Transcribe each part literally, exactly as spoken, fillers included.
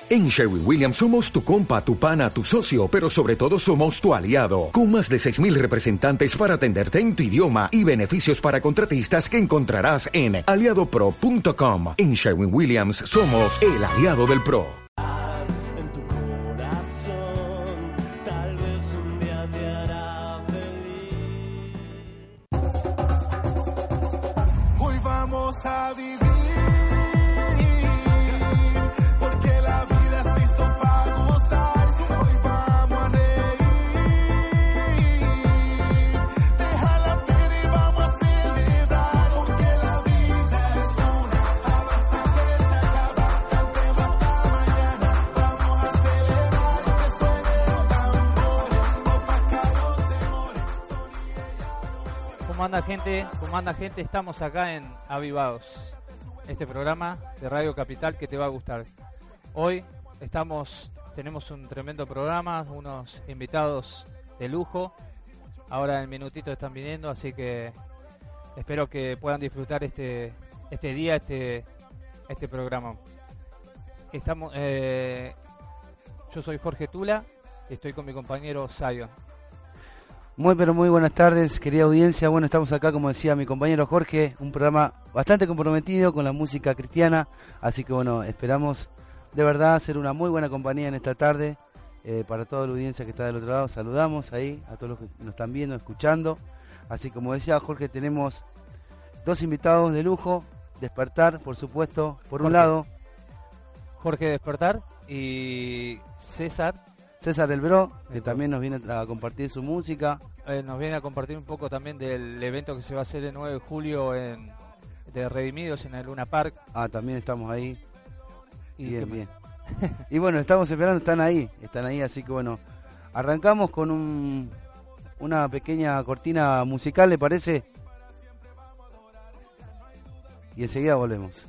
En Sherwin-Williams somos tu compa, tu pana, tu socio, pero sobre todo somos tu aliado, con más de seis mil representantes para atenderte en tu idioma y beneficios para contratistas que encontrarás en aliado pro punto com. En Sherwin-Williams somos el aliado del pro. En tu corazón, tal vez un día te hará feliz. Hoy vamos a vivir, porque la vida se hizo para gozar. Hoy vamos a reír, deja la pena y vamos a celebrar, porque la vida es una, avanza que se acaba, cantemos hasta mañana. Vamos a celebrar y que suenen tambores, opaca los temores, sonríe ya no llores. ¿Cómo anda, gente? ¿Cómo anda, gente? Estamos acá en Avivados, este programa de Radio Capital que te va a gustar. Hoy estamos, tenemos un tremendo programa, unos invitados de lujo. Ahora en minutito están viniendo, así que espero que puedan disfrutar este este día, este este programa. Estamos, eh, yo soy Jorge Tula y estoy con mi compañero Zion. Muy pero muy buenas tardes, querida audiencia. Bueno, estamos acá, como decía mi compañero Jorge, un programa bastante comprometido con la música cristiana, así que bueno, esperamos de verdad ser una muy buena compañía en esta tarde. Eh, para toda la audiencia que está del otro lado, saludamos ahí a todos los que nos están viendo, escuchando. Así como decía Jorge, tenemos dos invitados de lujo. Despertar, por supuesto, por un Jorge. lado, Jorge Despertar y César César El Bro, que El Bro. también nos viene a compartir su música. eh, nos viene a compartir un poco también del evento que se va a hacer el nueve de julio en, de Redimidos en el Luna Park. Ah, también estamos ahí. Y Bien, qué bien. Y bueno, estamos esperando, están ahí, están ahí, así que bueno, arrancamos con un, una pequeña cortina musical, ¿le parece? Y enseguida volvemos.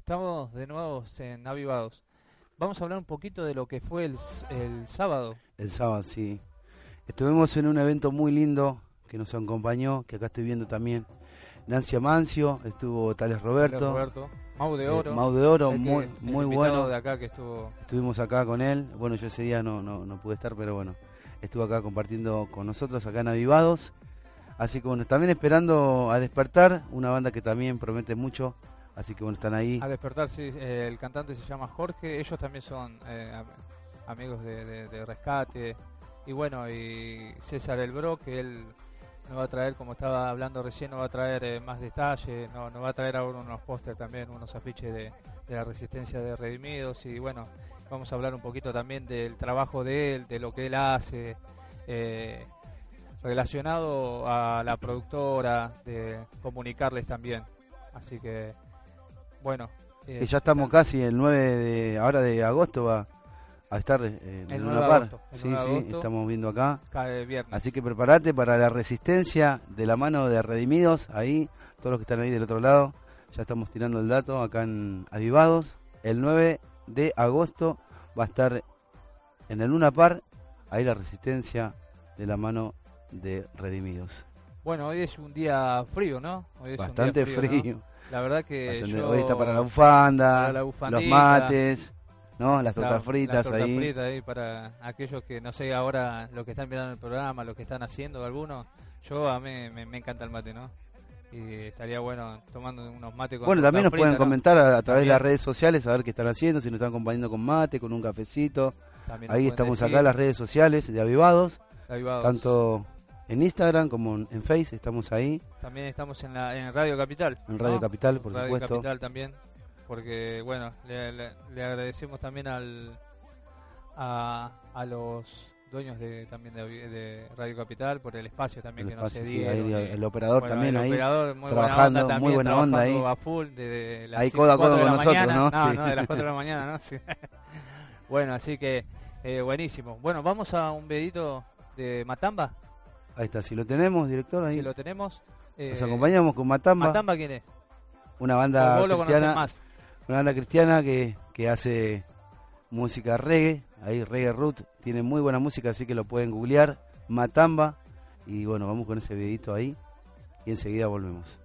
Estamos de nuevo en Avivados. Vamos a hablar un poquito de lo que fue el, s- el sábado. El sábado, sí. Estuvimos en un evento muy lindo que nos acompañó, que acá estoy viendo también. Nancy Amancio, estuvo Tales Roberto, Roberto, Mau de eh, Oro. Mau de Oro, el que- muy, el muy invitado bueno. de acá que estuvo. Estuvimos acá con él. Bueno, yo ese día no, no, no pude estar, pero bueno, estuvo acá compartiendo con nosotros acá en Avivados. Así que bueno, también esperando a Despertar, una banda que también promete mucho. Así que bueno, están ahí. A despertar, sí, eh, el cantante se llama Jorge. Ellos también son eh, am- amigos de, de- de Rescate. Y bueno, y César El Bro, que él nos va a traer, como estaba hablando recién, nos va a traer eh, más detalle. No, nos va a traer ahora unos pósters también, unos afiches de, de la resistencia de Redimidos. Y bueno, vamos a hablar un poquito también del trabajo de él, de lo que él hace. eh, relacionado a la productora, de comunicarles también. Así que, bueno. eh, Que ya estamos casi el nueve de ahora de agosto va a estar eh, en El una nueve de par. agosto, el Sí, nueve de sí, agosto. estamos viendo acá. Cae viernes. Así que prepárate para la resistencia de la mano de Redimidos, ahí, todos los que están ahí del otro lado, ya estamos tirando el dato acá en Avivados. El nueve de agosto va a estar en el Luna Par, ahí la resistencia de la mano de Redimidos. Bueno, hoy es un día frío, ¿no? Hoy es Bastante un día frío, frío. ¿no? La verdad que Bastante- yo... Hoy está para la bufanda, para la los bufandita, mates, ¿no? Las tortas la- fritas las tortas ahí. fritas ahí para aquellos que, no sé, ahora los que están mirando el programa, los que están haciendo algunos. Yo, a mí me, me encanta el mate, ¿no? Y estaría bueno tomando unos mates con Bueno, torta también nos frita, pueden ¿no? comentar a, a través de las También. redes sociales a ver qué están haciendo, si nos están acompañando con mate, con un cafecito. También nos Ahí pueden estamos decir, acá en las redes sociales de Avivados, Avivados. tanto en Instagram como en en Face, estamos ahí, También estamos en, la, en Radio Capital. en Radio ¿no? Capital, por Radio supuesto. Capital también, porque bueno, le, le- le agradecemos también al a, a los dueños de también de, de Radio Capital por el espacio también El que nos espacio, sí, cedieron. ahí, y- el operador bueno, también el ahí, operador, muy trabajando, buena onda muy también, buena onda trabajando ahí. a full desde las Ahí cinco, codo a cuatro codo de la con nosotros, mañana. ¿no? Sí. no, de las cuatro de la mañana, ¿no? Sí. Bueno, así que eh, buenísimo. Bueno, vamos a un pedito de Matamba, Ahí está, si lo tenemos, director, ahí. si lo tenemos. Eh, Nos acompañamos con Matamba, Matamba, ¿quién es? una O banda vos lo conocés cristiana, más. una banda cristiana que, que hace música reggae, ahí reggae root, tiene muy buena música, así que lo pueden googlear, Matamba, y bueno, vamos con ese videito ahí, y enseguida volvemos.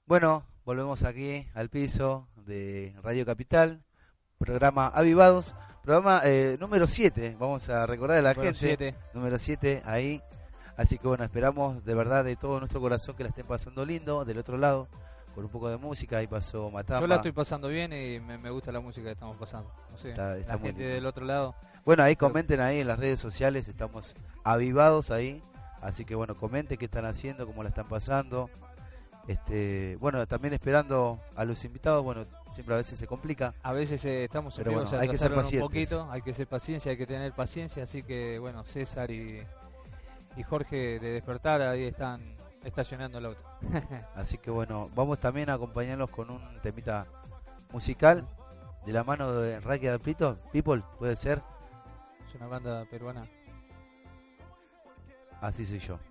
Bueno, volvemos aquí al piso de Radio Capital, programa Avivados, programa eh, número siete, vamos a recordar a la Número gente, siete. número siete ahí, así que bueno, esperamos de verdad de todo nuestro corazón que la estén pasando lindo, del otro lado, con un poco de música, ahí pasó Matamba. Yo la estoy pasando bien y me, me gusta la música que estamos pasando. No sé, Está- está la muy gente lindo. del otro lado. Bueno, ahí comenten ahí en las redes sociales, estamos avivados ahí, así que bueno, comenten qué están haciendo, cómo la están pasando. Este, bueno, también esperando a los invitados, bueno, siempre a veces se complica. A veces eh, estamos Pero sufridos, bueno, hay que ser un pacientes. poquito, hay que ser paciencia, hay que tener paciencia, así que bueno, César y, y Jorge de Despertar ahí están estacionando el auto. Así que bueno, vamos también a acompañarlos con un temita musical de la mano de Raquel People, People, puede ser, Es una banda peruana. así soy yo.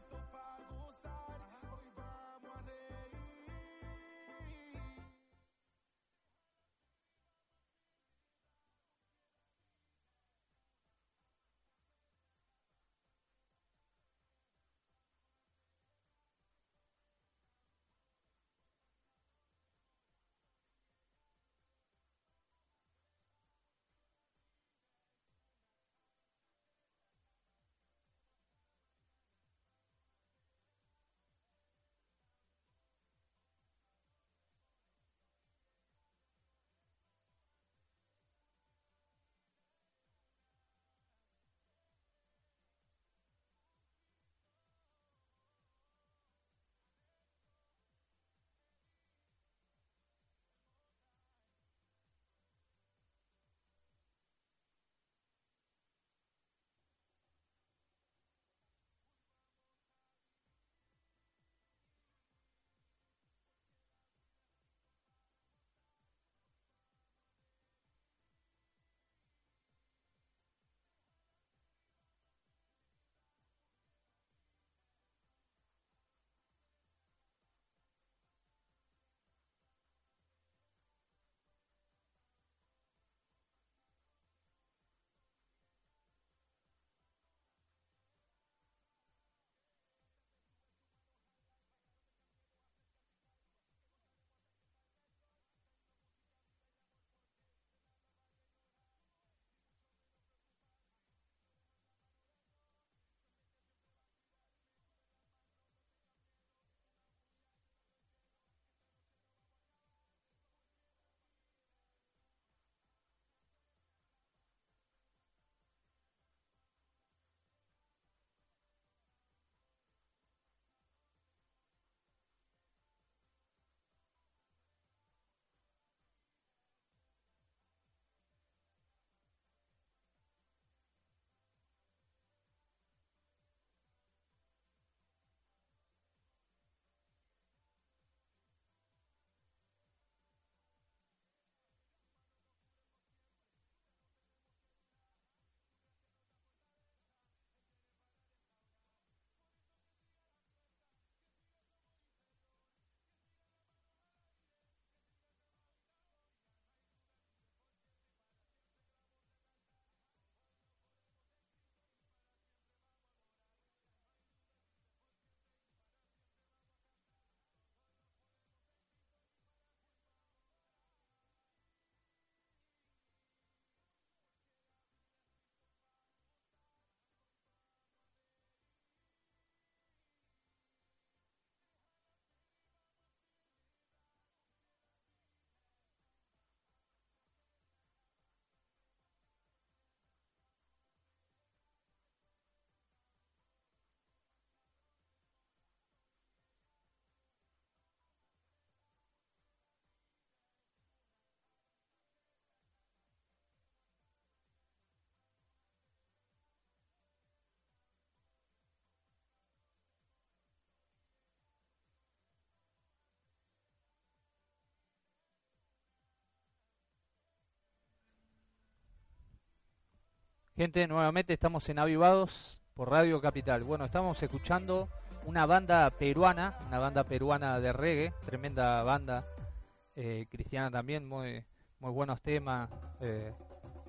Gente, nuevamente estamos en Avivados por Radio Capital. Bueno, estamos escuchando una banda peruana, una banda peruana de reggae, tremenda banda, eh, cristiana también, muy muy buenos temas. Eh,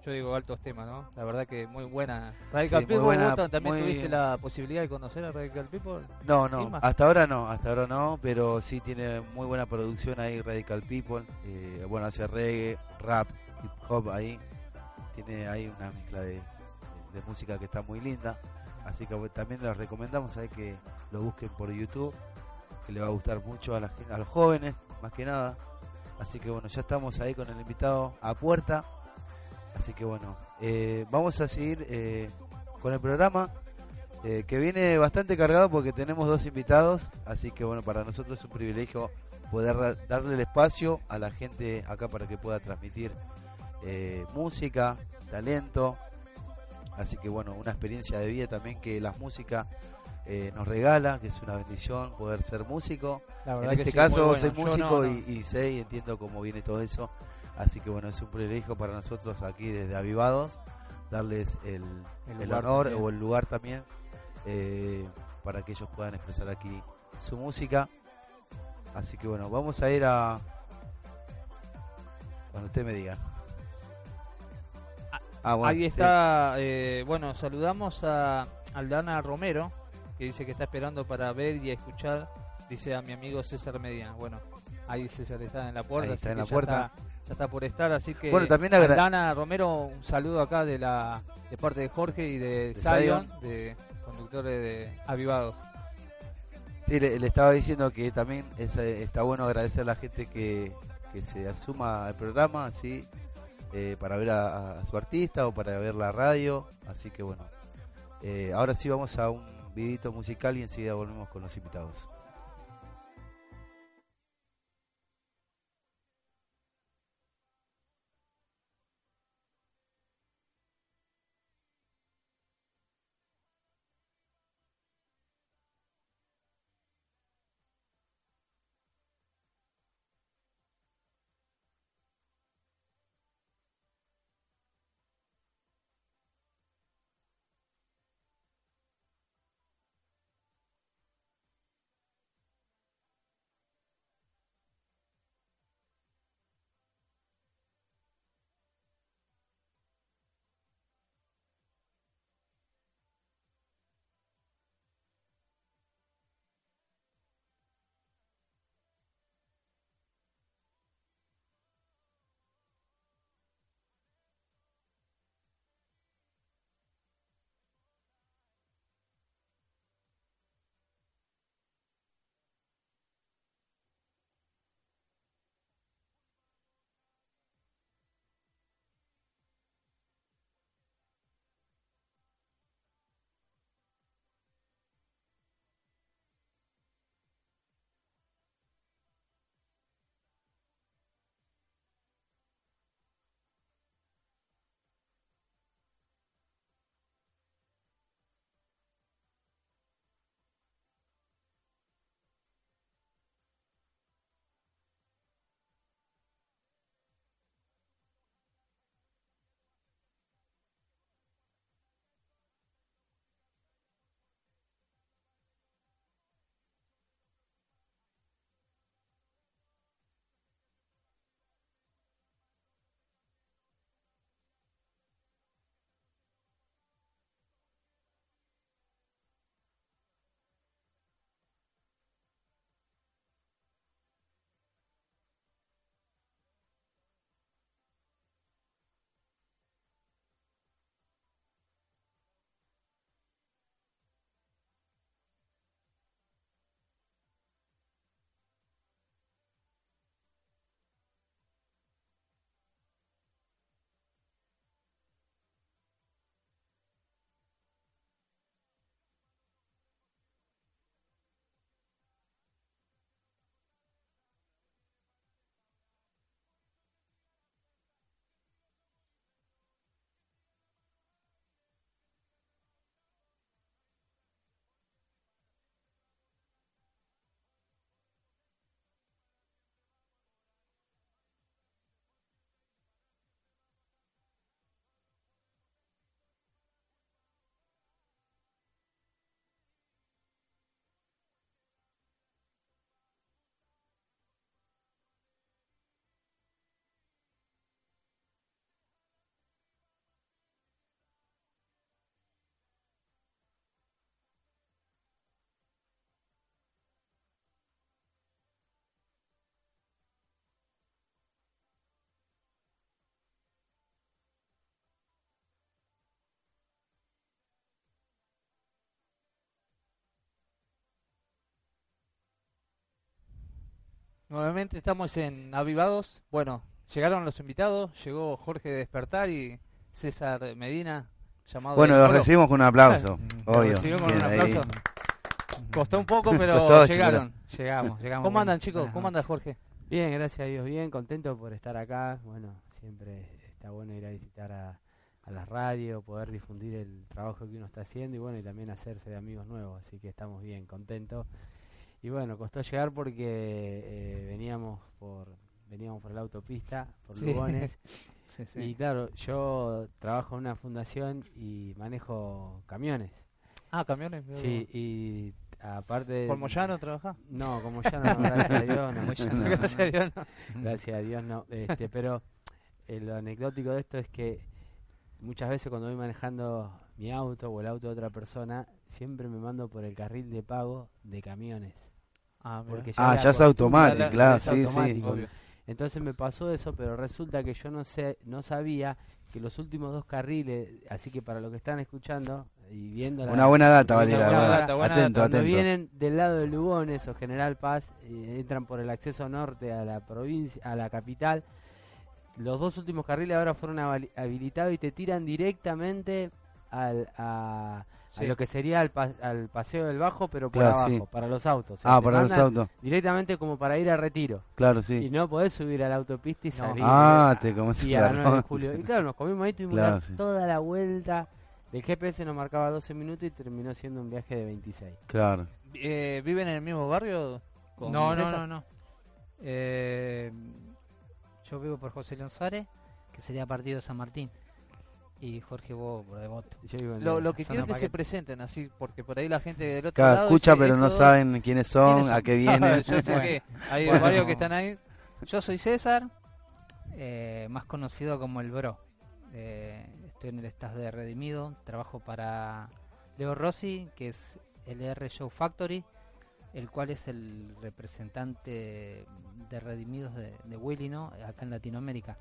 yo digo altos temas, ¿no? La verdad que muy buena. Radical Sí, muy People, buena, ¿vos también muy- tuviste la posibilidad de conocer a Radical People? No, no, Isma. hasta ahora no, hasta ahora no, pero sí tiene muy buena producción ahí Radical People. Eh, bueno, hace reggae, rap, hip hop ahí. Tiene ahí una mezcla de, de música que está muy linda. Así que bueno, también les recomendamos ahí que lo busquen por YouTube, que le va a gustar mucho a, la, gen- a los jóvenes, más que nada. Así que bueno, ya estamos ahí con el invitado a puerta. Así que bueno, eh, vamos a seguir eh, con el programa. Eh, que viene bastante cargado porque tenemos dos invitados, así que bueno, para nosotros es un privilegio poder da- darle el espacio a la gente acá para que pueda transmitir eh, música, talento, así que bueno, una experiencia de vida también que la música eh, nos regala, que es una bendición poder ser músico. La En verdad este que sí, caso muy bueno. soy Yo músico no, no. Y, y sé y entiendo cómo viene todo eso, así que bueno, es un privilegio para nosotros aquí desde Avivados darles el, El el lugar honor también. o el lugar también eh, para que ellos puedan expresar aquí su música. Así que bueno, vamos a ir a cuando usted me diga. Ah, bueno, Ahí sí. está, eh, bueno, saludamos a Aldana Romero, que dice que está esperando para ver y escuchar, dice a mi amigo César Medina. Bueno, ahí César está en la puerta, Ahí así está en que la ya puerta. está, ya está por estar, así que Bueno, también agra- Aldana Romero, un saludo acá de la de parte de Jorge y de, De Zion, Zion. de conductores de Avivados. Sí, le, le estaba diciendo que también es, eh, está bueno agradecer a la gente que, que se asuma al programa, así eh, para ver a, a su artista o para ver la radio. Así que bueno, eh, ahora sí vamos a un vidito musical y enseguida volvemos con los invitados. Nuevamente estamos en Avivados. Bueno, llegaron los invitados, llegó Jorge de Despertar y César Medina, llamado Bueno, del los Coro. recibimos con un aplauso, Los obvio. recibimos con Bien, un ahí. aplauso. Costó un poco, pero Costó, llegaron. Llegamos, llegamos. ¿Cómo andan, Buenas- chicos? buenas ¿Cómo anda Jorge? Bien, gracias a Dios, bien, contento por estar acá. Bueno, siempre está bueno ir a visitar a, a las radios, poder difundir el trabajo que uno está haciendo y bueno, y también hacerse de amigos nuevos, así que estamos bien, contentos. Y bueno, costó llegar porque eh, veníamos por veníamos por la autopista, por Sí. Lugones, Sí, sí. y claro, yo trabajo en una fundación y manejo camiones. Ah, camiones. Sí, y aparte de- ¿Por Moyano trabajás? No, como ya no, gracias a Dios, no, Moyano no. Gracias a Dios, no. Gracias a Dios no, este, pero eh, lo anecdótico de esto es que muchas veces cuando voy manejando mi auto o el auto de otra persona, siempre me mando por el carril de pago de camiones. Ah, mira. Porque Ah, la ya es costumbre- automático, ya la- claro, es sí, sí. automático. Obvio. Entonces me pasó eso, pero resulta que yo no sé, no sabía que los últimos dos carriles, así que para los que están escuchando y viendo la- Una buena data va a Una tirar. buena va. data, buena Atento, cuando atento. vienen del lado de Lugones o General Paz, eh, entran por el acceso norte a la provincia, a la capital. Los dos últimos carriles ahora fueron habili- habilitados y te tiran directamente al, a, a Sí. lo que sería al, pa- al paseo del Bajo, pero por Claro, abajo, sí. para los autos. O sea, Ah, te para los mandan autos. directamente como para ir a Retiro. Claro, Y sí. no podés subir a la autopista y No. salir. Ah, eh, te comés y a la claro. nueve de julio. Y claro, nos comimos ahí, tuvimos que Claro, dar sí. toda la vuelta. El G P S nos marcaba doce minutos y terminó siendo un viaje de veintiséis. Claro. Eh, ¿Viven en el mismo barrio? con No, no, César? no, no. Eh, yo vivo por José León Suárez, que sería partido de San Martín. Y Jorge vos por Devoto. Yo vivo en Lo, la- lo que Zona quiero es que se Paquete. presenten así, porque por ahí la gente del otro Claro, lado escucha, dice, pero no "Estos saben quiénes son, ¿quiénes a son?". qué vienen. Yo sé Bueno. que hay Bueno. varios que están ahí. Yo soy César, eh, más conocido como el Bro. Eh, estoy en el staff de Redimido, trabajo para Leo Rossi, que es L R Show Factory, el cual es el representante de Redimidos de, de Willy, ¿no? Acá en Latinoamérica.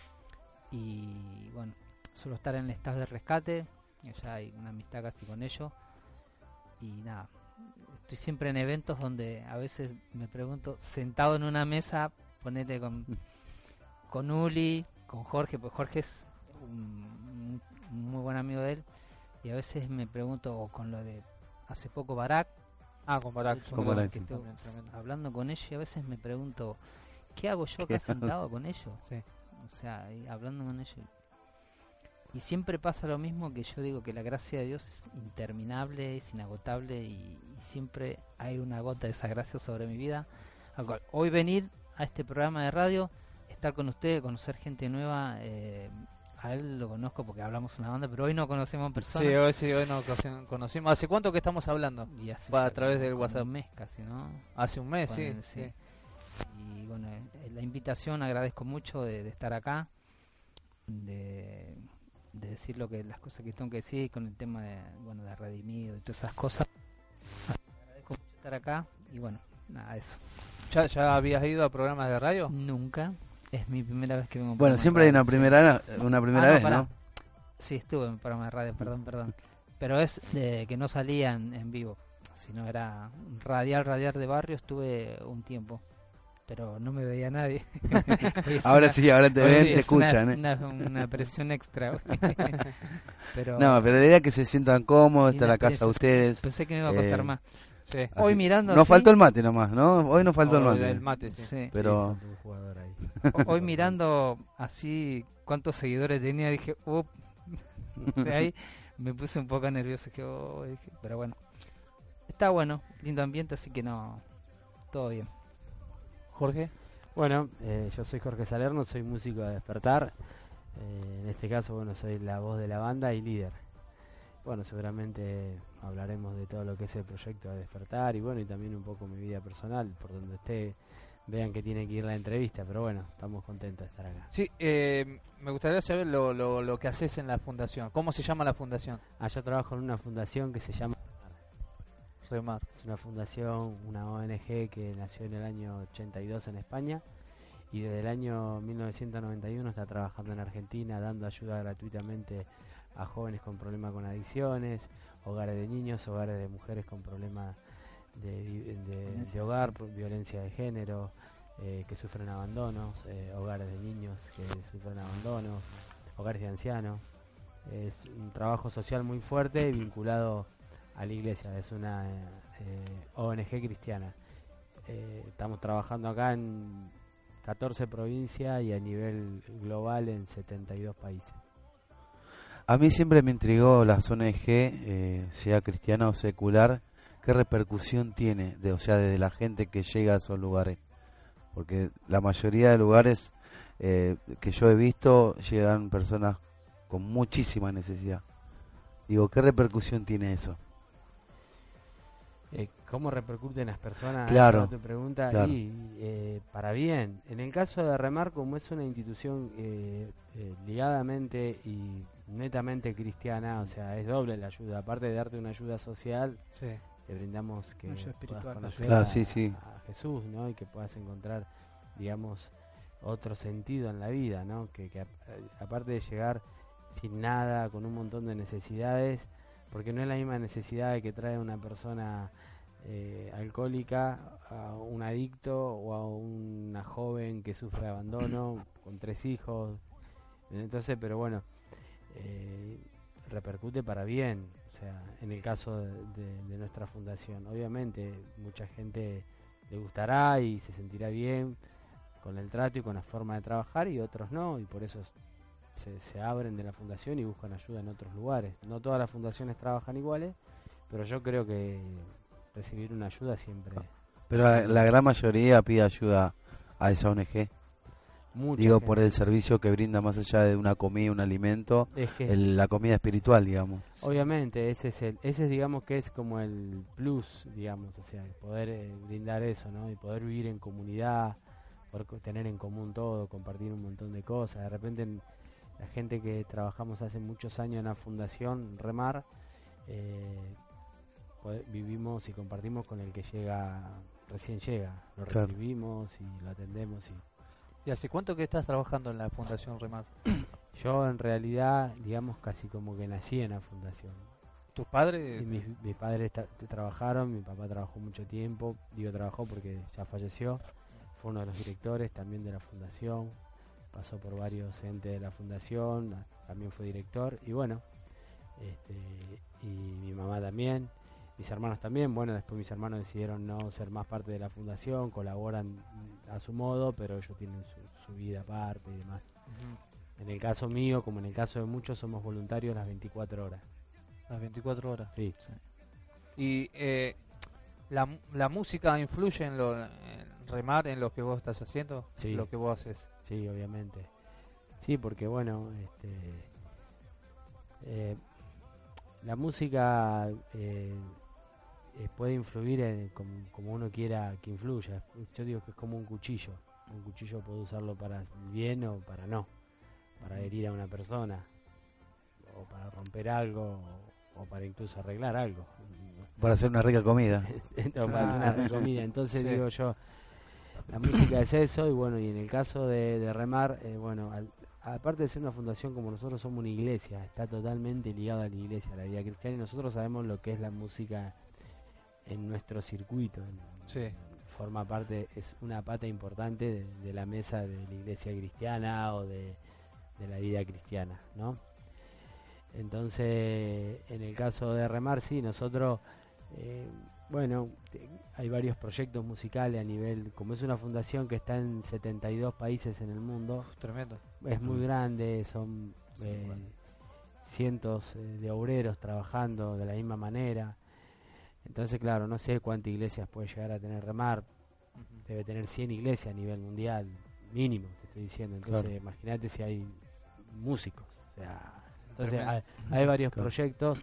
Y bueno, suelo estar en el staff de rescate, ya hay una amistad casi con ellos. Y nada, estoy siempre en eventos donde a veces me pregunto, sentado en una mesa, ponerle con, con Uli, con Jorge, pues Jorge es un, un muy buen amigo de él, y a veces me pregunto, o con lo de hace poco Barak, Ah, con Barak. que son Con buenos. Barak, sí. estoy También, tremendo. hablando con ellos, y a veces me pregunto, ¿qué hago yo ¿Qué acá sentado con ellos? Sí. O sea, y hablando con ellos. Y siempre pasa lo mismo, que yo digo que la gracia de Dios es interminable, es inagotable, y, y siempre hay una gota de esa gracia sobre mi vida. Al cual, hoy venir a este programa de radio, estar con ustedes, conocer gente nueva, eh, a él lo conozco porque hablamos una banda, pero hoy no conocemos en persona. Sí, hoy sí, hoy nos conoci- conocimos. ¿Hace cuánto que estamos hablando? Y hace Va ya a través del como WhatsApp. un mes casi, ¿no? Hace un mes, sí. Bueno, sí. sí. Y bueno, eh, la invitación, agradezco mucho de, de estar acá, de, de decir lo que las cosas que tengo que decir con el tema de, bueno, de Redimido y todas esas cosas. Así que agradezco mucho estar acá y bueno, nada, eso. ¿Ya, ¿Ya habías ido a programas de radio? Nunca, es mi primera vez que vengo a un Bueno, programa siempre de hay una radio, sí. primera, una primera Ah, no, vez, pará. ¿no? Sí, estuve en un programa de radio, perdón, perdón. Pero es de que no salía en, en vivo, sino era radial, radial de barrio, estuve un tiempo. Pero no me veía nadie. Hoy es Ahora una- sí, ahora te hoy ven, sí te es una- escuchan, ¿eh? Una, una presión extra. hoy. pero No, pero la idea es que se sientan cómodos, Y está una la casa de ustedes. pensé que me iba a costar eh, más. Sí. Así- Hoy mirando Nos así- faltó el mate nomás, ¿no? Hoy nos faltó el O mate. el mate, sí. Sí. Pero Sí, falta un jugador ahí. O- Hoy mirando así cuántos seguidores tenía, dije, up. De ahí me puse un poco nervioso. Dije, oh, dije, pero bueno. Está bueno, lindo ambiente, así que no. Todo bien. Jorge. Bueno, eh, yo soy Jorge Salerno, soy músico de Despertar. Eh, en este caso, bueno, soy la voz de la banda y líder. Bueno, seguramente hablaremos de todo lo que es el proyecto de Despertar y bueno, y también un poco mi vida personal, por donde esté, vean que tiene que ir la entrevista, pero bueno, estamos contentos de estar acá. Sí, eh, me gustaría saber lo, lo, lo que haces en la fundación. ¿Cómo se llama la fundación? Ah, yo trabajo en una fundación que se llama Remar. Es una fundación, una O N G que nació en el año ochenta y dos en España y desde el año mil novecientos noventa y uno está trabajando en Argentina dando ayuda gratuitamente a jóvenes con problemas con adicciones, hogares de niños, hogares de mujeres con problemas de, de- de hogar, por violencia de género, eh, que sufren abandonos, eh, hogares de niños que sufren abandonos, hogares de ancianos. Es un trabajo social muy fuerte vinculado a la iglesia, es una eh, O N G cristiana. Eh, estamos trabajando acá en catorce provincias y a nivel global en setenta y dos países. A mí siempre me intrigó las O N G, eh, sea cristiana o secular, qué repercusión tiene, de, o sea, desde la gente que llega a esos lugares. Porque la mayoría de lugares eh, que yo he visto llegan personas con muchísima necesidad. Digo, ¿qué repercusión tiene eso? Eh, ¿Cómo repercuten las personas? Claro, Esa tu pregunta. claro. Y eh, para bien. En el caso de Remar, como es una institución eh, eh, ligadamente y netamente cristiana, o sea, es doble la ayuda. Aparte de darte una ayuda social, Sí. te brindamos que Ayuda puedas espiritual. conocer Claro, a, sí, sí. a Jesús, ¿no? Y que puedas encontrar, digamos, otro sentido en la vida, ¿no? Que, que a- aparte de llegar sin nada, con un montón de necesidades, porque no es la misma necesidad que trae una persona eh, alcohólica a un adicto o a una joven que sufre abandono con tres hijos. Entonces, pero bueno, eh, repercute para bien, o sea, en el caso de, de- de nuestra fundación. Obviamente, mucha gente le gustará y se sentirá bien con el trato y con la forma de trabajar, y otros no, y por eso se, se abren de la fundación y buscan ayuda en otros lugares. No todas las fundaciones trabajan iguales, pero yo creo que recibir una ayuda siempre... Pero la, la gran mayoría pide ayuda a esa O N G. Mucha Digo, gente- por el servicio que brinda más allá de una comida, un alimento, es que el- la comida espiritual, digamos. obviamente ese es el, ese es digamos que es como el plus, digamos, o sea, el poder eh, brindar eso, ¿no? Y poder vivir en comunidad, poder co- tener en común todo, compartir un montón de cosas. De repente en- la gente que trabajamos hace muchos años en la fundación Remar, eh, pode- vivimos y compartimos con el que llega, recién llega, lo Claro. recibimos y lo atendemos. Y ¿Y hace cuánto que estás trabajando en la Fundación Remar? yo en realidad, digamos, casi como que nací en la fundación. ¿Tus padres? Y mis, mis padres ta- t- trabajaron, mi papá trabajó mucho tiempo, digo trabajó porque ya falleció, fue uno de los directores también de la fundación, pasó por varios entes de la fundación, a- también fue director, y bueno, este, y mi mamá también, mis hermanos también, bueno, después mis hermanos decidieron no ser más parte de la fundación, colaboran mm, a su modo, pero ellos tienen su, su vida aparte y demás. Ujú. En el caso mío, como en el caso de muchos, somos voluntarios las veinticuatro horas. Las veinticuatro horas. Sí. ¿Y eh, la, mu- la música influye en, lo, en Remar, en lo que vos estás haciendo? Sí. Lo que vos haces. Sí, obviamente. Sí, porque bueno, este, eh, la música eh, eh, puede influir en como, como uno quiera que influya. Yo digo que es como un cuchillo. Un cuchillo puede usarlo para bien o para no. Para herir a una persona, o para romper algo, o, o para incluso arreglar algo. Para hacer una rica comida. o para hacer una rica comida. Entonces Sí. digo yo, la música es eso, y bueno, y en el caso de, de Remar, eh, bueno, al- aparte de ser una fundación como nosotros somos una iglesia, está totalmente ligada a la iglesia, a la vida cristiana, y nosotros sabemos lo que es la música en nuestro circuito. en- Sí. Forma parte, es una pata importante de, de la mesa de la iglesia cristiana o de, de la vida cristiana, ¿no? Entonces, en el caso de Remar, sí, nosotros, eh, bueno, te- hay varios proyectos musicales a nivel, como es una fundación que está en setenta y dos países en el mundo, Tremendo. es muy grande, son eh, cientos eh, de obreros trabajando de la misma manera. Entonces, claro, no sé cuántas iglesias puede llegar a tener Remar, Ujú. debe tener cien iglesias a nivel mundial, mínimo, te estoy diciendo. Entonces, Claro. imagínate si hay músicos. O sea, entonces Tremendo. hay, hay varios Claro. proyectos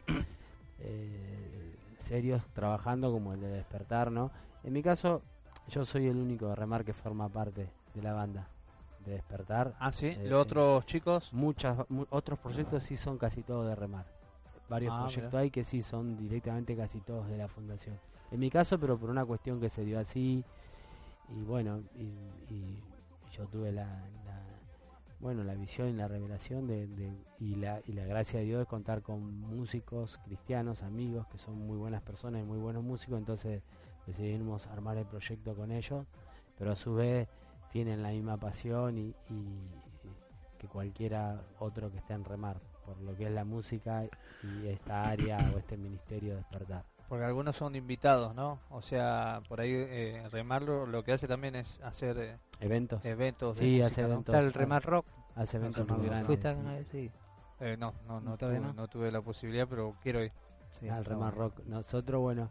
eh, serios trabajando, como el de Despertar, ¿no? En mi caso, yo soy el único de Remar que forma parte de la banda de Despertar. Ah, sí. Eh, ¿Los otros chicos? Muchas, mu- otros proyectos sí son casi todos de Remar. Varios Ah, proyectos mira. hay que sí son directamente casi todos de la fundación. En mi caso, pero por una cuestión que se dio así, y bueno, y, y yo tuve la, la- bueno, la visión y la revelación de, de- y, la, y la gracia de Dios de contar con músicos cristianos, amigos, que son muy buenas personas y muy buenos músicos, entonces decidimos armar el proyecto con ellos, pero a su vez tienen la misma pasión y, y que cualquiera otro que esté en remar, por lo que es la música y esta área o este ministerio Despertar. Porque algunos son invitados, ¿no? O sea, por ahí eh, remarlo lo que hace también es hacer eh, ¿Eventos? eventos. Sí, de hace música, ¿no? eventos. Está el Remar Rock. Hace eventos No, muy no, grandes. ¿Fuiste sí. alguna vez? Sí. Eh, no, no, no, Todavía tuve, no. no tuve la posibilidad, pero quiero ir. Sí, Al está Remar bueno. Rock. Nosotros, bueno,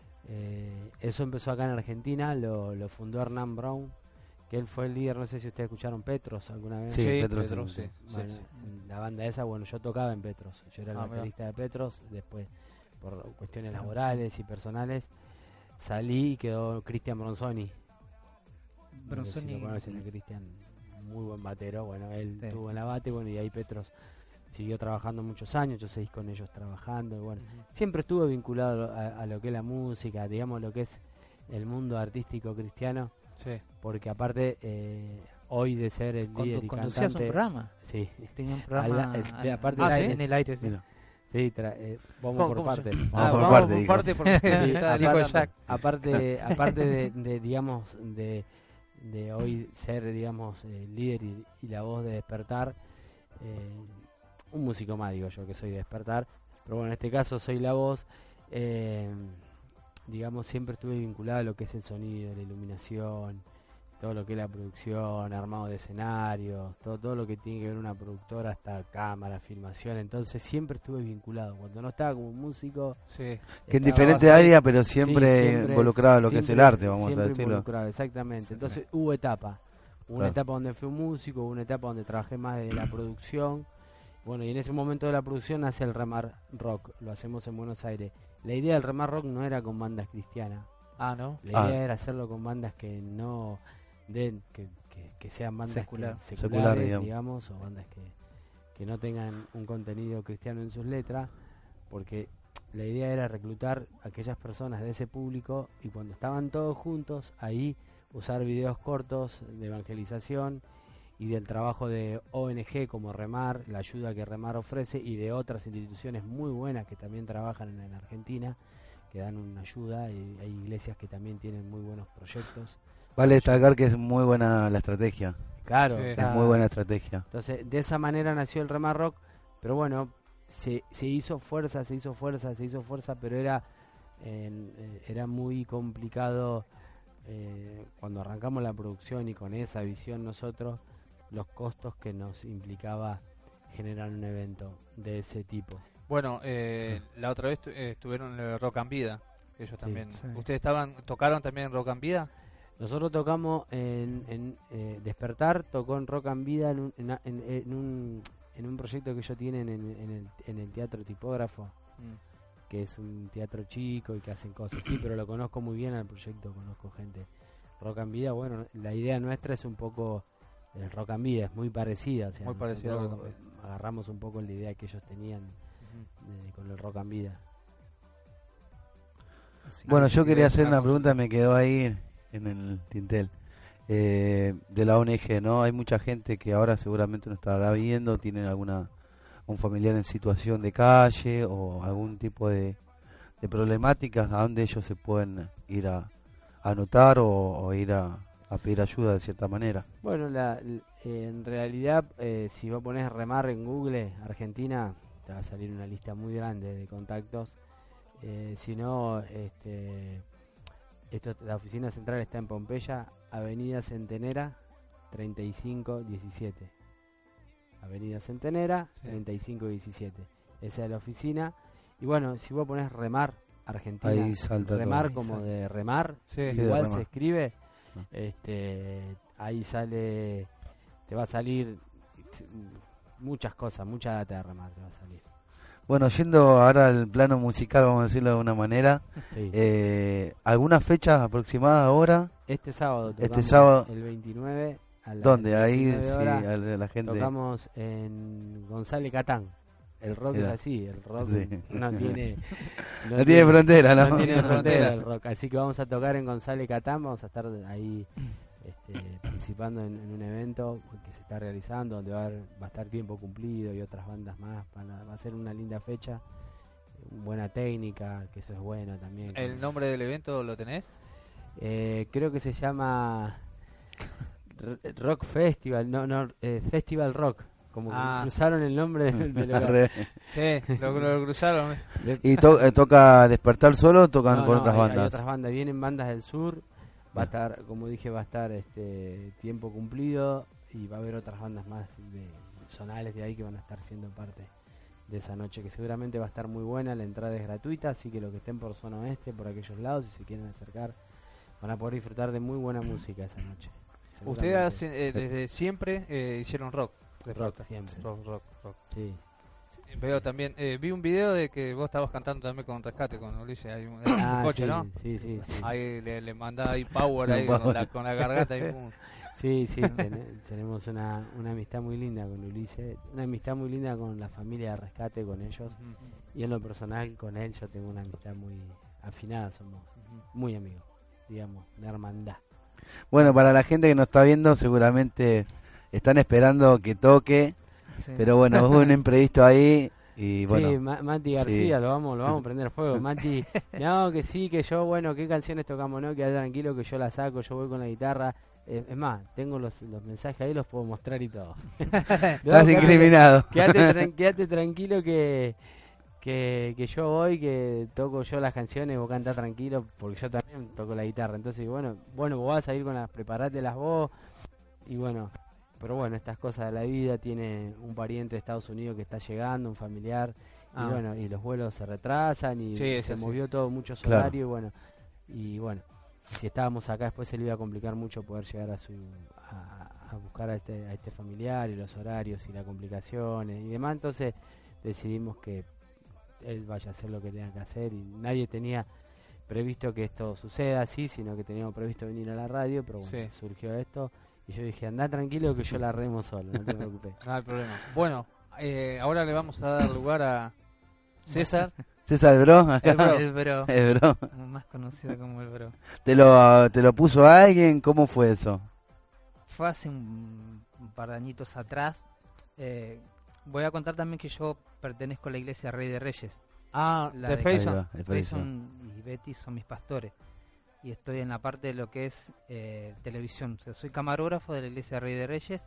eh, eso empezó acá en Argentina, lo, lo fundó Hernán Brown, que él fue el líder, no sé si ustedes escucharon Petros alguna vez. Sí, Sí, Petros, Petros, sí. sí. Bueno, sí. en la banda esa, bueno, yo tocaba en Petros, yo era el Ah, mira. baterista de Petros, después por cuestiones laborales y personales salí y quedó Cristian Bronzoni. No sé si Bronzoni. lo conocen, el Cristian, muy buen batero, bueno, él Sí. estuvo en la bate, bueno, y ahí Petros siguió trabajando muchos años, yo seguí con ellos trabajando, y bueno, siempre estuve vinculado a, a lo que es la música, digamos lo que es el mundo artístico cristiano, Sí. porque aparte eh, hoy de ser el líder Condu- y ¿Conducías cantante, un programa? sí, Tenía un programa Al- este, al- aparte ah, de- sí, en el aire, sí. Mira. sí, tra- eh, vamos ¿Cómo- por cómo se- parte. Vamos Ah, por vamos parte, por dijo. parte porque Sí, está- dijo aparte, Jack. aparte, aparte de, de, digamos, de, de hoy ser, digamos, eh, líder y, y la voz de Despertar, eh, un músico más, digo yo, que soy de Despertar, pero bueno, en este caso soy la voz, eh, digamos, siempre estuve vinculado a lo que es el sonido, la iluminación, todo lo que es la producción, armado de escenarios, todo, todo lo que tiene que ver una productora, hasta cámara, filmación, entonces siempre estuve vinculado. Cuando no estaba como músico, Sí. Que en estaba diferentes basado- áreas, pero Sí, siempre, involucrado en lo que es el siempre- arte, vamos a siempre decirlo. involucrado, exactamente. Sí, Entonces hubo etapa. Hubo una Claro. etapa donde fui un músico, hubo una etapa donde trabajé más de la producción. Bueno, y en ese momento de la producción nace el Remar Rock, lo hacemos en Buenos Aires. La idea del Remar Rock no era con bandas cristianas, Ah, ¿no? la Ah. idea era hacerlo con bandas que no den, que, que, que sean bandas Secular. que- Secular, seculares, digamos. digamos, o bandas que, que no tengan un contenido cristiano en sus letras, porque la idea era reclutar a aquellas personas de ese público y cuando estaban todos juntos, ahí usar videos cortos de evangelización y del trabajo de O N G como Remar, la ayuda que Remar ofrece, y de otras instituciones muy buenas que también trabajan en, en Argentina, que dan una ayuda, y hay iglesias que también tienen muy buenos proyectos. Vale destacar que es muy buena la estrategia. Claro, Sí. Es claro. muy buena estrategia. Entonces, de esa manera nació el Remar Rock, pero bueno, se, se hizo fuerza, se hizo fuerza, se hizo fuerza, pero era, en- eh, era muy complicado eh, cuando arrancamos la producción y con esa visión nosotros, los costos que nos implicaba generar un evento de ese tipo. Bueno, eh, la otra vez tu- eh, estuvieron en el Rock and Vida. Ellos también. sí. ¿Ustedes estaban tocaron también en Rock and Vida? Nosotros tocamos en, en, eh, Despertar, tocó en Rock and Vida en un, en, en- en un, en un proyecto que ellos tienen en, en el, en el Teatro Tipógrafo, Mm. que es un teatro chico y que hacen cosas. Sí, pero lo conozco muy bien al proyecto, conozco gente. Rock and Vida, bueno, la idea nuestra es un poco el Rock and Vida, es muy parecida. O sea, Muy parecida a nosotros, Rock and eh, agarramos un poco la idea que ellos tenían eh, con el Rock and Vida. Así Bueno, que- yo quería hacer una una pregunta, me quedó ahí en el tintel. Eh, de la O N G, ¿no? Hay mucha gente que ahora seguramente nos estará viendo, tienen alguna un familiar en situación de calle o algún tipo de, de problemáticas a donde ellos se pueden ir a, a anotar o, o ir a, a pedir ayuda de cierta manera. Bueno, la, l- eh, en realidad, eh, si vos pones Remar en Google, Argentina, te va a salir una lista muy grande de contactos. Eh, si no, este, esto, la oficina central está en Pompeya, Avenida Centenera, treinta y cinco diecisiete. Avenida Centenera, Sí. treinta y cinco diecisiete. Esa es la oficina. Y bueno, si vos pones Remar, Argentina, Ahí salta Remar todo. como de remar, Sí. de igual remar. se escribe, Ah. este, ahí sale, te va a salir t- muchas cosas, mucha data de remar te va a salir. Bueno, yendo ahora al plano musical, vamos a decirlo de alguna manera, Sí. eh, ¿alguna fecha aproximada ahora? Este sábado este tocamos sábado- el veintinueve a las ¿Dónde? Ahí diecinueve sí, horas, a la la gente... tocamos en González Catán. El rock Mira. es así, el rock Sí. no tiene No tiene frontera, ¿no? no tiene frontera el rock, así que vamos a tocar en González Catán, vamos a estar ahí este, participando en, en un evento que se está realizando, donde va a, haber- va a estar Tiempo Cumplido y otras bandas más, van a- va a ser una linda fecha, buena técnica, que eso es bueno también. ¿El nombre del evento lo tenés? Eh, creo que se llama R- Rock Festival, no, no, eh, Festival Rock. Como que Ah. cruzaron el nombre del, del lugar. Re- Sí, lo, lo cruzaron. ¿Y to- eh, toca Despertar solo o tocan No, con no, otras hay, hay bandas? otras bandas, vienen bandas del sur, va a estar, como dije, va a estar este Tiempo Cumplido y va a haber otras bandas más de zonales de ahí que van a estar siendo parte de esa noche, que seguramente va a estar muy buena, la entrada es gratuita, así que los que estén por zona oeste, por aquellos lados, si se quieren acercar, van a poder disfrutar de muy buena música esa noche. Ustedes Seguramente. hacen, eh, desde siempre eh, hicieron rock. de Rock, Plata. siempre. Rock, rock, rock. Sí. Sí, veo también, eh, vi un video de que vos estabas cantando también con Rescate, con Ulises, ahí en Ah, tu coche, sí, ¿no? sí, sí, sí. Ahí le, le mandás ahí power ahí Power. con la, con la garganta y pum. Sí, sí, ten- tenemos una, una amistad muy linda con Ulises, una amistad muy linda con la familia de Rescate, con ellos, y en lo personal con él yo tengo una amistad muy afinada, somos muy amigos, digamos, de hermandad. Bueno, para la gente que nos está viendo, seguramente están esperando que toque, Sí. pero bueno, hubo un imprevisto ahí y bueno. Sí, Ma- Mati García, lo vamos lo vamos a prender fuego. Mati, no, que sí, que yo, bueno, ¿qué canciones tocamos? No, quédate tranquilo que yo la saco, yo voy con la guitarra. Eh, es más, tengo los, los mensajes ahí, los puedo mostrar y todo. No, Estás quédate- incriminado. Quédate, tran- quédate tranquilo que, que, que yo voy, que toco yo las canciones, vos cantás tranquilo, porque yo también toco la guitarra. Entonces, bueno, bueno, vos vas a ir con las, preparate las vos, y bueno, pero bueno, estas cosas de la vida, tiene un pariente de Estados Unidos que está llegando, un familiar, Ah. y bueno, y los vuelos se retrasan, y Sí, es se así. movió todo mucho su Claro. horario, y bueno, y bueno, si estábamos acá después se le iba a complicar mucho poder llegar a su a, a buscar a este, a este familiar y los horarios y las complicaciones y demás, entonces decidimos que él vaya a hacer lo que tenga que hacer y nadie tenía previsto que esto suceda así, sino que teníamos previsto venir a la radio, pero bueno, Sí. surgió esto y yo dije, anda tranquilo que yo la remo solo, no te preocupes. No hay problema. Bueno, eh, ahora le vamos a dar lugar a César. César Bro, acá. El Bro. El bro, El Bro. más conocido como el bro. ¿Te lo, ¿Te lo puso alguien? ¿Cómo fue eso? Fue hace un, un par de añitos atrás. Eh, voy a contar también que yo pertenezco a la iglesia Rey de Reyes. Ah, La de de- Ahí Faison. va, el Faison. Jason y Betty son mis pastores. Y estoy en la parte de lo que es eh, televisión. O sea, soy camarógrafo de la iglesia Rey de Reyes.